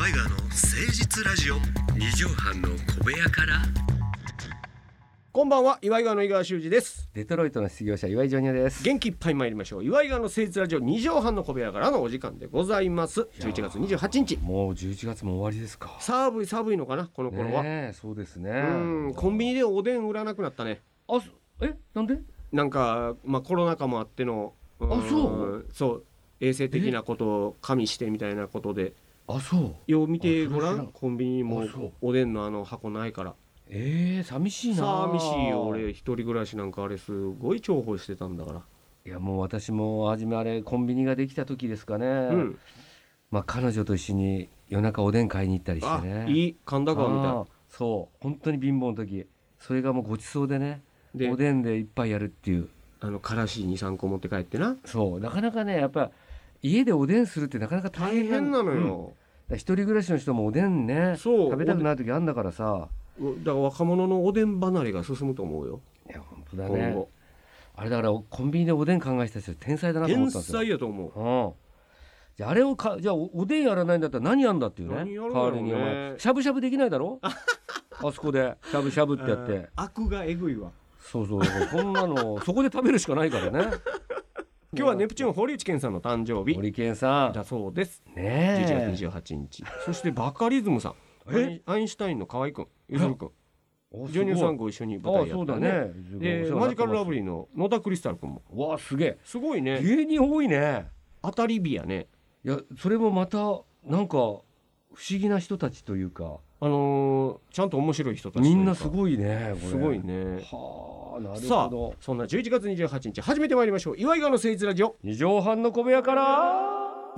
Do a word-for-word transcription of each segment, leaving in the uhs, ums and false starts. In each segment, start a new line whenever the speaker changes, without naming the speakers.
岩井川の誠実ラジオ。
二畳半の小部屋から。
こんばんは、岩井川の井川修司です。
デトロイトの失業者岩井ジョニオです。
元気いっぱい参りましょう。岩井川の誠実ラジオ二畳半の小部屋からのお時間でございます。じゅういちがつにじゅうはちにち、
もうじゅういちがつも終わりですか。
寒い寒いのかなこの頃は、
ね、そうですね。
うんコンビニでおでん売らなくなったね。
あ、え、なんで？
なんか、まあ、コロナ禍もあっての、
あ、そう
そう衛生的なことを加味してみたいなことで、
あ、そう
よう見てごらん。
あそれ知らん
コンビニにも
あそう
おでんのあの箱ないから。
えー、寂しいな。
寂しいよ。俺一人暮らしなんかあれすごい重宝してたんだから。
いや、もう私も初めあれコンビニができた時ですかね、
うん、
まあ彼女と一緒に夜中おでん買いに行ったりしてね。
あ、いい神田川みたい。
そう本当に貧乏の時、それがもうごちそうでね、
で
おでんで一杯やるっていう。
あのからしに、さんこ持って帰ってな。
そうなかなかね、やっぱ家でおでんするってなかなか大
大
変
変なのよ、
うん、だから一人暮らしの人もおでんね、
そう
食べたくない時あんだからさ。
だから若者のおでん離れが進むと思うよ。
いや本当だ
今
ね。
後
あれだからコンビニでおでん考えた人天才だなと思
天
ったんですよ。
才やと思う。
うん、じゃああれをかじゃあ お, おでんやらないんだったら何やんだっていうね。
何やるんだ
代
ろうね
わりにお前しゃぶしゃぶできないだろあそこでしゃぶしゃぶってやって、
アクがえぐいわ。
そうそうそんなのそこで食べるしかないからね
今日はネプチューン堀内健さんの誕生日
堀健さん
だそうです。
ねえ、
じゅういちがつにじゅうはちにち。そしてバカリズムさん、
え
アインシュタインの河合くん、ゆずるくん、
お
ジョニオさんご一緒に舞台やったね。
あそうだね。
でマジカルラブリ
ー。
ーの野田クリスタルくんも
わあすげえ、
すごいね。
芸人多いね。
当たり日やね。
いやそれもまたなんか不思議な人たちというか、
あのー、ちゃんと面白い人たちというか
みんなすごいねこれ。
すごいね。
はあ、なるほ
さ
ど。
あそんなじゅういちがつにじゅうはちにち始めてまいりましょう。岩井川の誠実ラジオ。
二畳半の小部屋から。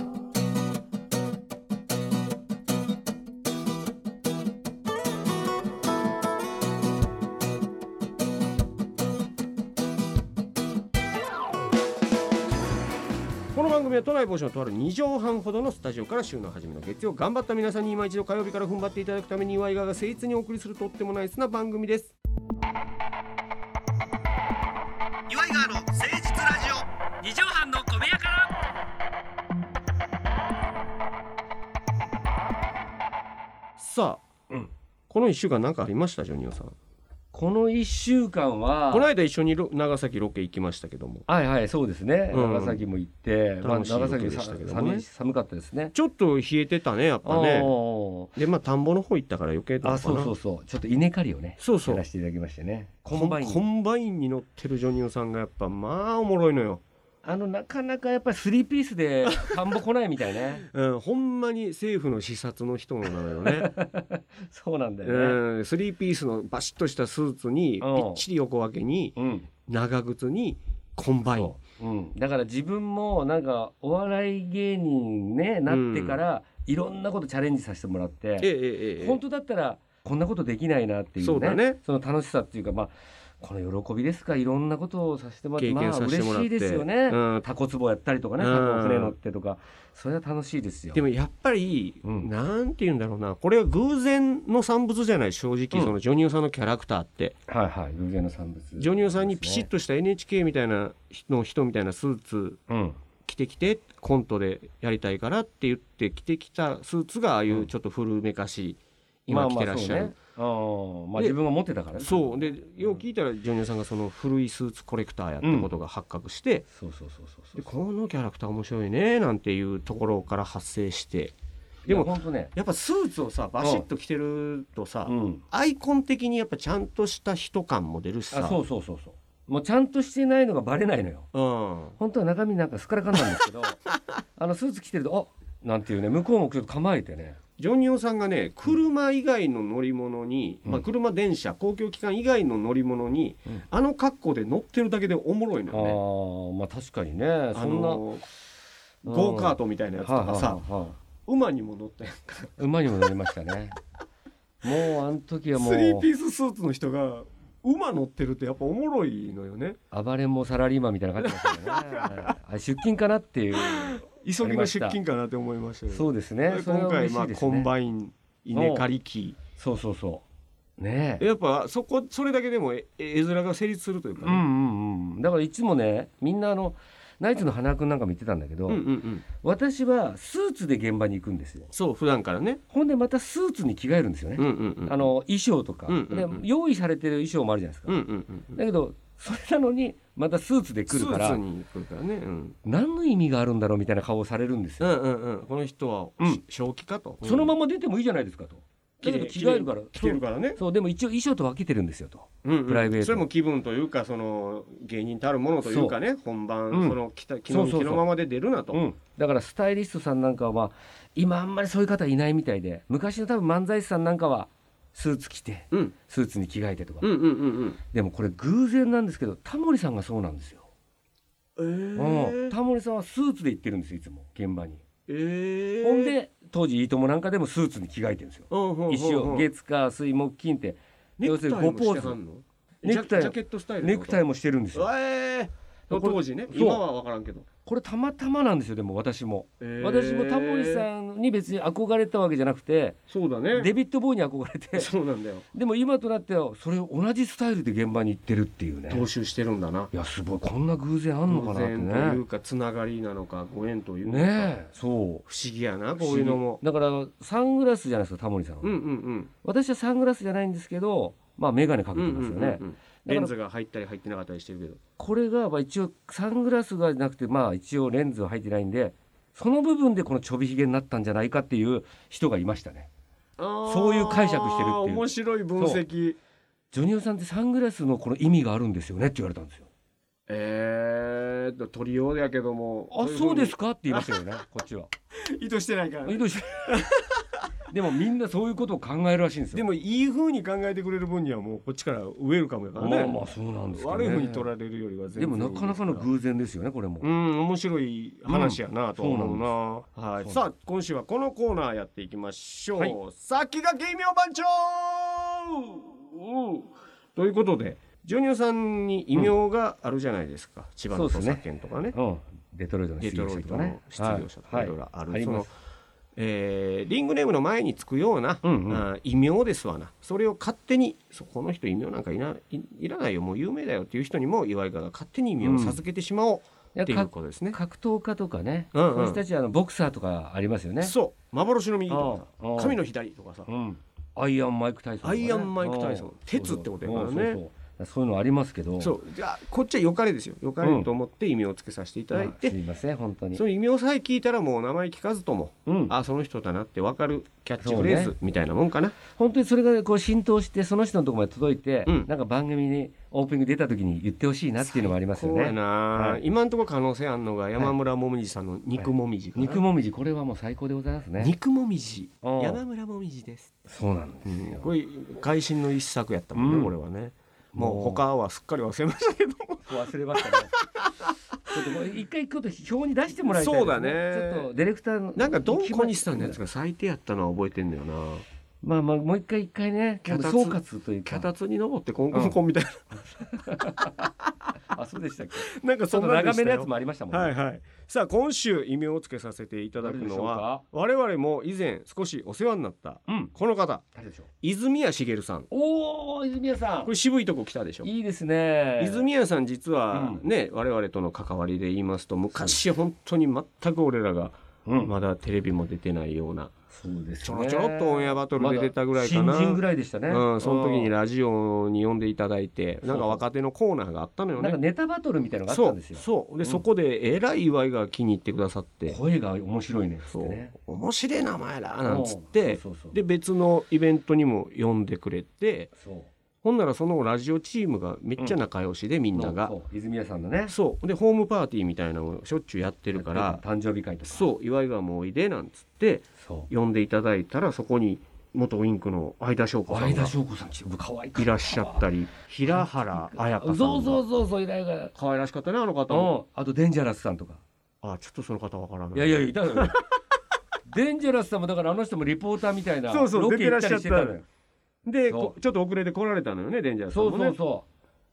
この番組は都内某所のとあるにじょうはんほどのスタジオから週の初めの月曜、頑張った皆さんに今一度火曜日から踏ん張っていただくために岩井川が誠実にお送りするとってもナイスな番組です。
岩井川の誠実ラジオ。
二畳半の小部屋から。
さあ、うん、このいっしゅうかん何かありましたジョニオさん。
このいっしゅうかんは
この間一緒に長崎ロケ行きましたけども。
はいはいそうですね、
うん、
長崎も行って、まあ、
楽しいロ
長崎
ケでしたけどもね。
寒い寒かったですね。
ちょっと冷えてたねやっぱね。でまあ田んぼの方行ったから余計だったかな。
あそうそうそう、ちょっと稲刈りをね
そうそう
やらせていただきましてね。コンバイン
コンバインに乗ってるジョニオさんがやっぱまあおもろいのよ。
あのなかなかやっぱりスリーピースで田んぼ来ないみたいね、
うん、ほんまに政府の視察の人なのよね
そうなんだよね、
うん、スリーピースのバシッとしたスーツにぴっちり横分けに、うん、長靴にコンバイン、
うん、だから自分もなんかお笑い芸人ねなってから、うん、いろんなことチャレンジさせてもらって、ええええ、本当だったらこんなことできないなっていう ね, そうだね、その楽しさっていうか、まあこの喜びですか、いろんなことをさせてもらって、
経験させてもらって、
まあ、嬉しいですよね、うん、タコツボやったりとかね、タコ船乗ってとか、それは楽しいですよ。
でもやっぱり、うん、なんて言うんだろうな、これは偶然の産物じゃない正直、うん、そのジョニオさんのキャラクターって、
はいはい、偶然の産物、
ジョニオさんにピシッとした エヌエイチケー みたいなの人みたいなスーツ着てきて、コントでやりたいからって言って着てきたスーツがああいうちょっと古めかしい、うん、今着てらっしゃる、まあまあ
あまあ、自分が持ってたからね。
そうでよう聞いたらジョニオさんがその古いスーツコレクターやってことが発覚して、
うん、そうそうそうそう、
でこのキャラクター面白いねなんていうところから発生して、でも
本当、ね、
やっぱスーツをさバシッと着てるとさ、うん、アイコン的にやっぱちゃんとした人感も出るしさ、
あそうそうそうそう、もうちゃんとしてないのがバレないのよ、うん、本当は中身なんかすっからかんなんですけどあのスーツ着てるとあなんていうね、向こうもちょっと構えてね、
ジョニオさんがね、車以外の乗り物に、うん、まあ、車電車公共機関以外の乗り物に、うん、あの格好で乗ってるだけでおもろいのよ
ね。あ、まあ確かにね、そんな
ゴーカートみたいなやつとかさ、はあはあ、馬にも乗ったやんか。
馬にも乗りましたねもうあの時はもう
スリーピーススーツの人が馬乗ってるってやっぱおもろいのよね。
暴れん坊サラリーマンみたいな感じでしたよねあれ出勤かなっていう
急ぎの出勤かなって思いましたよ。
そうですね。
今回まあコンバイン稲刈り機、
そうそうそうね、
やっぱそこそれだけでも絵面が成立するというか、ね、
うんうんうん、だからいつもねみんなあのナイツの花輪君なんかも言ってたんだけど、うんうんうん、私はスーツで現場に行くんですよ。
そう普段からね。
ほんでまたスーツに着替えるんですよね、うんうんうん、あの衣装とか、うんうんうん、で用意されてる衣装もあるじゃないですか、うんうんうん、だけどそれなのにまたスーツで来るから、スーツに来るからね、うん、何の意味があるんだろうみたいな顔をされるんですよ、うんうんうん、
この人は、うん、正気かと、
そのまま出てもいいじゃないですかと。だけど着替えるから
着てるからね。
そうでも一応衣装と分けてるんですよと、うんうん、プライベート
それも気分というかその芸人たるものというかね、本番、うん、その着た着の着のままで出るなと、うん、
だからスタイリストさんなんかは今あんまりそういう方いないみたいで、昔の多分漫才師さんなんかはスーツ着て、うん、スーツに着替えてとか、うんうんうんうん、でもこれ偶然なんですけどタモリさんがそうなんですよ、えーうん、タモリさんはスーツで行ってるんですよいつも現場に、えー、ほんで当時いいともなんかでもスーツに着替えてるんですよ、うんうんうんうん、一応月火水木金って
要するにごポーズネクタイジャケットスタイル
ネクタイもしてるんですよ、
えー、当時ね。今は分からんけど
これたまたまなんですよ。でも私も、えー、私もタモリさんに別に憧れたわけじゃなくて、
そうだね、
デビッド・ボーイに憧れて
そうなんだよ。
でも今となってはそれを同じスタイルで現場に行ってるっていうね、
踏襲してるんだな。
いやすごい、こんな偶然あんのかなってね。
偶然というかつながりなのかご縁というか
ね、そう不
思議やなこういうのも。
だからサングラスじゃないですかタモリさんは、うんうんうん、私はサングラスじゃないんですけど、まあ眼鏡かけてますよね、うんうんうんうん、
レンズが入ったり入ってなかったりしてるけど、
これがまあ一応サングラスがなくて、まあ一応レンズは入ってないんで、その部分でこのちょびひげになったんじゃないかっていう人がいましたね。そういう解釈してるっていう。
面白い分析。
ジョニオさんってサングラスのこの意味があるんですよねって言われたんですよ。
えー、取りようやけども、
あ、そうですかって言いましたよねこっちは
意図してないから、ね、
意図してでもみんなそういうことを考えるらしいんですよ。
でもいい風に考えてくれる分にはもうこっちからウェルカムやからね。
まあまあそうなんですけどね、
悪い風に取られるよりは全然いいですから。
でもなかなかの偶然ですよねこれも。
うん、面白い話やなと思うな、うん、はい。さあ今週はこのコーナーやっていきましょう、はい、さっきが芸名番長、うん、ということでジョニオさんに異名があるじゃないですか、うん、千葉の土佐県とかね、うん、
デトロイトの失業者とかね、
失業者とかいろいろある、はいはい、そのえー、リングネームの前につくような、うんうん、あ異名ですわな。それを勝手にそこの人異名なんかいな い, いらないよもう有名だよっていう人にも岩井川が勝手に異名を授けてしまおう、うん、っていうことですね。
格闘家とかね、うんうん、そういう人たちはあのボクサーとかありますよね。
そう幻の右とかさ神の左とかさ、うん、
アイアンマイク・タイソン、ね、
アイアンマイク・タイソン鉄ってことやからね。そうそうそう、
そういうのありますけど、
そうじゃあこっちはよかれですよ。よかれと思って異名をつけさせていただいて、
うん、すいません本当に。
その異名さえ聞いたらもう名前聞かずとも、うん、あその人だなって分かるキャッチフレーズみたいなもんかな、ね、
本当にそれがこう浸透してその人のところまで届いて、うん、なんか番組にオープニング出た時に言ってほしいなっていうのもありますよね。
そうやな、はい、今のところ可能性あるのが山村もみじさんの肉もみじ、
はいはい、肉もみじ、これはもう最高でございますね。
肉もみじ山村もみじです。
そうなんですよ、
うん、これ会心の一作やったもんね、うん、これはね。もう他はすっかり忘れましたけど
忘れましたねちょっと一回こと表に出してもらいたいですね。
そうだね。
ちょっとディレクターの
なんかドン小西さんのやつが最低やったのは覚えてんだよな。
まあまあもう一回一回ね総括というか
脚立に登ってコンコンコンみたいな、
うん、あそうでしたっけ。
なんかそんな
長めのやつもありましたもんね。
はいはい。さあ今週異名をつけさせていただくのは我々も以前少しお世話になった、うん、この方誰でしょう。泉谷しげるさん。
おー泉谷さん、
これ渋いとこ来たでしょ。
いいですね。
泉谷さん実はね、うん、我々との関わりで言いますと昔本当に全く俺らがまだテレビも出てないような、
そうですね、
ちょろちょろっとオンエアバトルで出たぐらいかな、
ま、新人ぐらいでしたね、
うん、その時にラジオに呼んでいただいてなんか若手のコーナーがあったのよね。
なんかネタバトルみたいなのがあったんですよ。
そうそうで、うん、そこでえらい岩井が気に入ってくださって、
声が面白いねっつってね、
そう面白い名前だなんつって、そうそうそう、で別のイベントにも呼んでくれて、そうほんならそのラジオチームがめっちゃ仲良しで、うん、みんなが
そうそう泉谷さんのね、
そうでホームパーティーみたいなのをしょっちゅうやってるから、
誕生日会とか、
そう岩井がもうおいでなんつって呼んでいただいたら、そこに元ウインクの相田翔子さんが
相田翔子さん可愛い
いらっしゃったり、平原綾香さんが
そうそうそうそう、
可愛らしかったねあの方も。
あとデンジャラスさんとか、
あちょっとその方わからない。
いやいやいたよデンジャラスさんもだからあの人もリポーターみたいな
そうそう
ロケ行ったりしてたのよ。
でちょっと遅れて来られたのよねデンジャラスさんもね。
そうそうそう、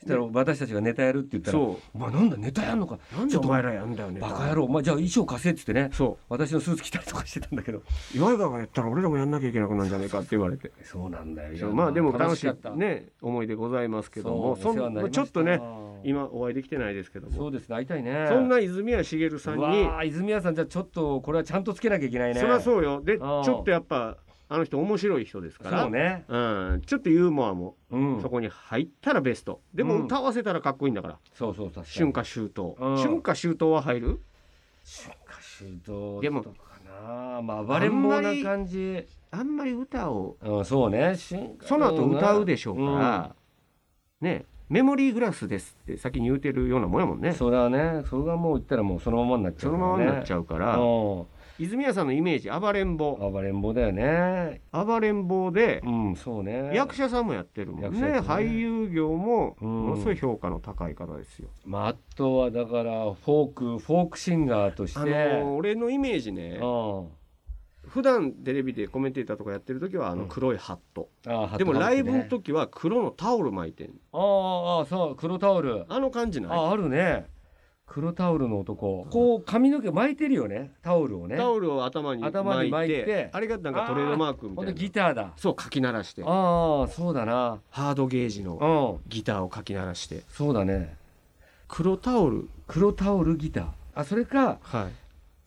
そしたら私たちがネタやるって言ったら、お前なんだネタやんのか、
なんでお前らやんだよね、
バカ野郎、お前じゃあ衣装貸せって言ってね、
そう
私のスーツ着たりとかしてたんだけど、
岩井川がやったら俺らもやんなきゃいけなくなるんじゃないかって言われて、
そうなんだよ。
まあでも楽しいね思い出ございますけども、そんちょっとね今お会いできてないですけども、
そうですね、会いたいね。
そんな泉谷しげるさんに、
わあ泉谷さん、じゃあちょっとこれはちゃんとつけなきゃいけないね。
そりゃそうよ。でちょっとやっぱあの人面白い人ですから、
そうね、
うん、ちょっとユーモアも、
うん、
そこに入ったらベスト。でも歌わせたらかっこいいんだから、うん、
そうそう、確かに
春夏秋冬、
うん、
春夏秋冬は入る？
春夏秋冬
でも
かな、まあ暴れん坊な感じ、
あんまり歌を、
うん、そうね、
その後歌うでしょうから、うん、ね、メモリーグラスですって先に言うてるようなもんやもんね。
それはね、それがもう言ったらもうそのままになっちゃうからね、
そのままになっちゃうから、うん、泉谷さんのイメージ暴れん坊、
暴れん坊だよね。
暴れん坊で、
うん、そうね、
役者さんもやってるもんね。ね、俳優業もものすごい評価の高い方ですよ、
うん、まあ、あとはだからフォークフォークシンガーとして、あの
ー、俺のイメージね、
うん、
普段テレビでコメンテーターとかやってる時はあの黒いハット、うん、
あ、
でもライブの時は黒のタオル巻いてん。
ああ、そう、黒タオル、
あの感じない？
あ、あるね、黒タオルの男、こう髪の毛巻いてるよね、タオルをね、
タオルを頭に巻いて、
頭に巻いて、
あれがなんかトレードマークみたいな。
ギターだ、
そう、かき鳴らして、
ああ、そうだな、
ハードゲージのギターをかき鳴らして、
そうだね、
黒タオル、
黒タオルギター、あ、それか、
はい、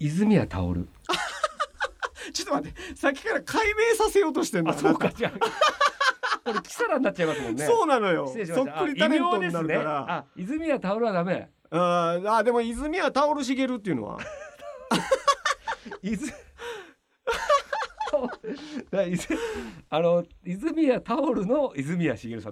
泉谷タオル
ちょっと待って、さっきから解明させようとしてんだ。
あ、そうか、じゃあこれキサラになっちゃいますもんね。
そうなのよ、
そ
っくりタレントになるから、ね、
あ、泉谷タオルはダメ。
ああ、でも泉谷タオルしげるっていうのは
泉あの泉谷タオルの泉谷しげるさん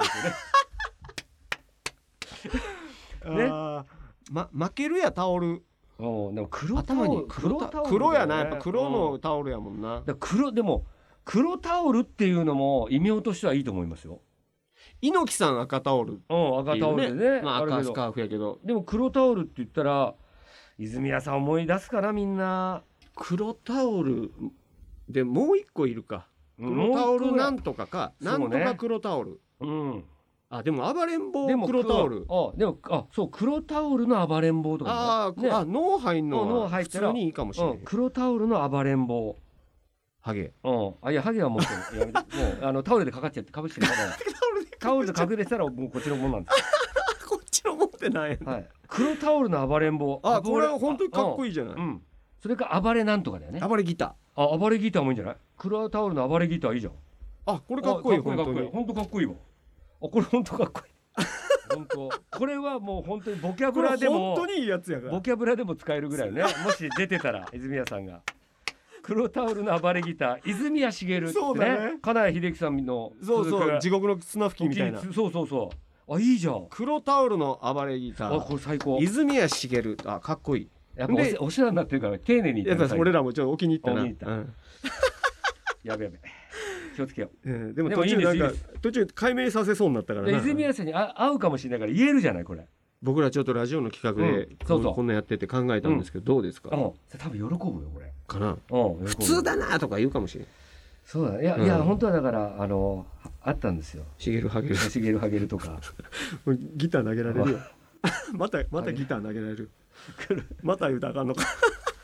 ですよね。ね、
あ、ま、負けるやタオル、
お、でも黒タオル、
黒タオル、黒やな、やっぱ黒のタオルやもんな。
だ黒でも黒タオルっていうのも異名としてはいいと思いますよ。
猪木さん赤タオル、
うん、赤タオルでね、
まあ、赤スカーフやけど、
でも黒タオルって言ったら泉谷さん思い出すかな、みんな。
黒タオルでもう一個いるか、黒タオルなんとかか、なんとか黒タオル、うん、あ、でも暴れん坊黒タオル、
あ、でも、あ、そう、黒タオルの暴れん坊とか、
ね、ああ、脳入んのは普通にいいかもしれない、うん、
黒タオルの暴れん坊、
ハゲ、
うん、あ、いや、ハゲはもうやめて、もうあのタオルでかかっちゃってかぶしてるからタオルで隠れてたらもうこっちのもんなんです
こっちのもんってない、
はい、黒タオルの暴れん坊、
あ、これは本当にかっこいいじゃない、
うん、それか暴れなんとかだよね、
暴れギタ
ー、あ、暴れギターもいいんじゃない、黒タオルの暴れギターいいじゃん。
あ、これかっこいい、本当に
本当かっこいいわ。あ、これ本当かっこいい本当、これはもう本当にボキャブラでも
本当にいいやつやから、
ボキャブラでも使えるぐらいねもし出てたら泉谷さんが黒タオルの暴れギター泉谷しげるってね、
そうだね、
金谷秀樹さんの、
そうそう、地獄の砂吹きみたいな、
そうそうそう、あ、いいじゃん、
黒タオルの暴れギター、
あ、これ最高、
泉谷しげる、あ、かっこいい、
やっぱ お, お世話になってるから丁寧に言
って、俺らもちょっとお気に入ったな、
お気に入った、うん、やべやべ、気をつけよう、
えー、でも途中なんか途中解明させそうになったからな、
泉谷さんにあ会うかもしれないから言えるじゃない、これ
僕らちょっとラジオの企画で、うん、そうそう、こんなやってて考えたんですけど、うん、どうですか、
うん、多分喜ぶよこれ
かな、
うん、
普通だなとか言うかもしれない、
そうだ、いや、うん、いや本当はだからあのあったんですよ、
しげるはげる
しげるはげるとか
ギター投げられるよまたまたギター投げられるまた言うたらあかんのか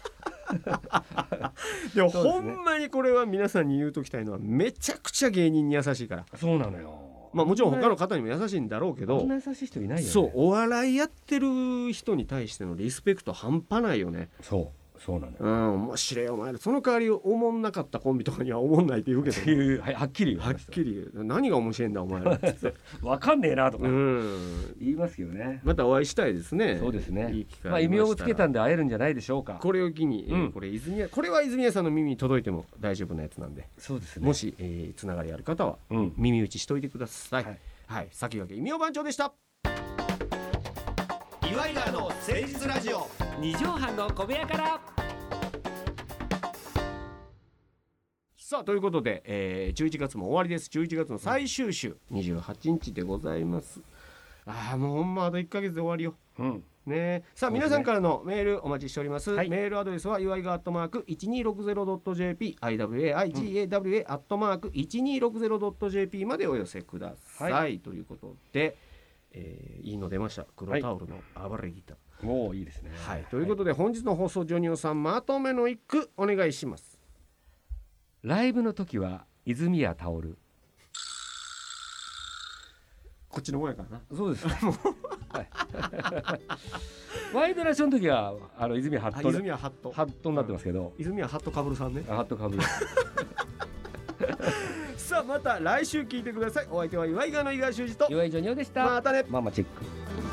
でもほんまにこれは皆さんに言うときたいのは、めちゃくちゃ芸人に優しいから。
そうなのよ、
まあもちろん他の方にも優しいんだろうけど、
そんな優しい人いないよね。
そう、お笑いやってる人に対してのリスペクト半端ないよね。
そうそうなのよ、
うん、面白いお前ら、その代わりおもんなかったコンビとかにはおもんないって言うけど、っていう、
はい、はっきり言う、
はっきり言う、何が面白いんだお前らって
わかんねえなとか、
うん、
言いますよね。
またお会いしたいですね。
そうですね、
いい機会、
まあ、異名をつけたんで会えるんじゃないでしょうか。
これを機に、うん、えー、これ泉谷、これは泉谷さんの耳に届いても大丈夫なやつなんで、
そうですね、
もし、えー、つながりある方は、うん、耳打ちしといてください。はい、はい、先駆け異名番長でした。
岩井川の誠実ラジオ、
二畳半の小部屋から。
さあということで、えー、じゅういちがつも終わりです。じゅういちがつの最終週、にじゅうはちにちでございます。ああ、もうほんまあといっかげつで終わりよ、うん、ね。さあ、ね、皆さんからのメールお待ちしております、はい、メールアドレスは岩井川アットマーク いちにーろくぜろドットジェーピー アイダブリューエーアイジーエーダブリューエー アットマーク いちにーろくぜろドットジェーピー までお寄せください、はい、ということで、 えー、いいの出ました。黒タオルの暴れギター、
はい、もういいですね。
はい、ということで、はい、本日の放送ジョニオさんまとめの一句お願いします。
ライブの時は泉谷タオル。
こっちの方やからな。
そうです、はい、ワイドナショーの時はあの泉谷ハット、
泉谷ハット
ハットになってますけど、
うん、泉谷ハットかぶるさんね。
ハットかぶる
さあまた来週聞いてください。お相手は岩井川の井川修司と
岩井ジョニオでした。
またね。
ママチェック。